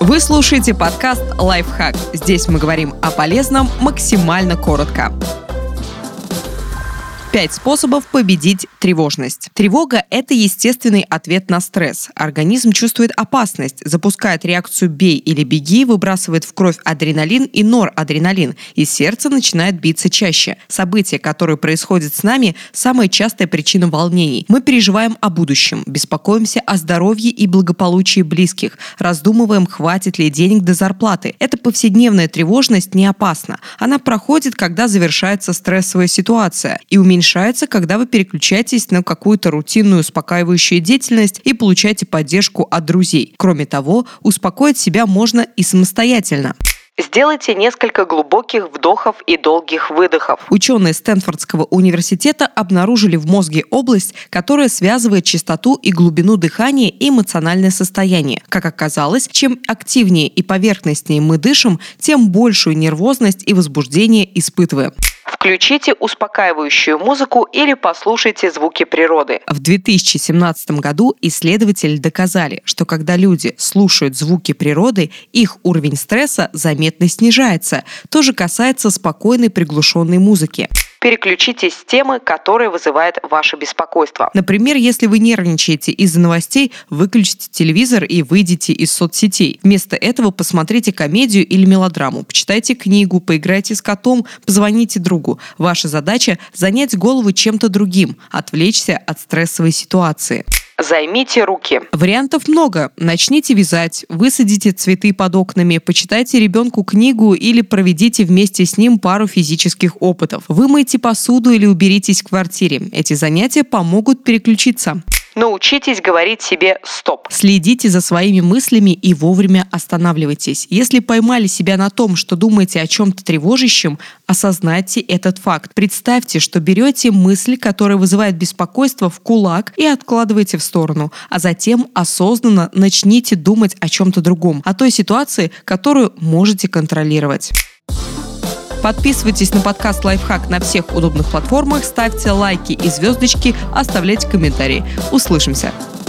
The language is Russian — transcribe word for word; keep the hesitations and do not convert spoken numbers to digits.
Вы слушаете подкаст «Лайфхак». Здесь мы говорим о полезном максимально коротко. Пять способов победить тревожность. Тревога – это естественный ответ на стресс. Организм чувствует опасность, запускает реакцию «бей или беги», выбрасывает в кровь адреналин и норадреналин, и сердце начинает биться чаще. События, которые происходят с нами – самая частая причина волнений. Мы переживаем о будущем, беспокоимся о здоровье и благополучии близких, раздумываем, хватит ли денег до зарплаты. Эта повседневная тревожность не опасна. Она проходит, когда завершается стрессовая ситуация, и уменьшается уменьшается, когда вы переключаетесь на какую-то рутинную успокаивающую деятельность и получаете поддержку от друзей. Кроме того, успокоить себя можно и самостоятельно. Сделайте несколько глубоких вдохов и долгих выдохов. Ученые Стэнфордского университета обнаружили в мозге область, которая связывает частоту и глубину дыхания и эмоциональное состояние. Как оказалось, чем активнее и поверхностнее мы дышим, тем большую нервозность и возбуждение испытываем. Включите успокаивающую музыку или послушайте звуки природы. В две тысячи семнадцатом году исследователи доказали, что когда люди слушают звуки природы, их уровень стресса заметно снижается. То же касается спокойной приглушенной музыки. Переключитесь с темы, которая вызывает ваше беспокойство. Например, если вы нервничаете из-за новостей, выключите телевизор и выйдите из соцсетей. Вместо этого посмотрите комедию или мелодраму, почитайте книгу, поиграйте с котом, позвоните другу. Ваша задача – занять голову чем-то другим, отвлечься от стрессовой ситуации. Займите руки. Вариантов много. Начните вязать, высадите цветы под окнами, почитайте ребенку книгу или проведите вместе с ним пару физических опытов. Вымойте посуду или уберитесь в квартире. Эти занятия помогут переключиться. Научитесь говорить себе «стоп». Следите за своими мыслями и вовремя останавливайтесь. Если поймали себя на том, что думаете о чем-то тревожащем, осознайте этот факт. Представьте, что берете мысль, которая вызывает беспокойство, в кулак и откладываете в сторону, а затем осознанно начните думать о чем-то другом, о той ситуации, которую можете контролировать. Подписывайтесь на подкаст «Лайфхак» на всех удобных платформах, ставьте лайки и звездочки, оставляйте комментарии. Услышимся!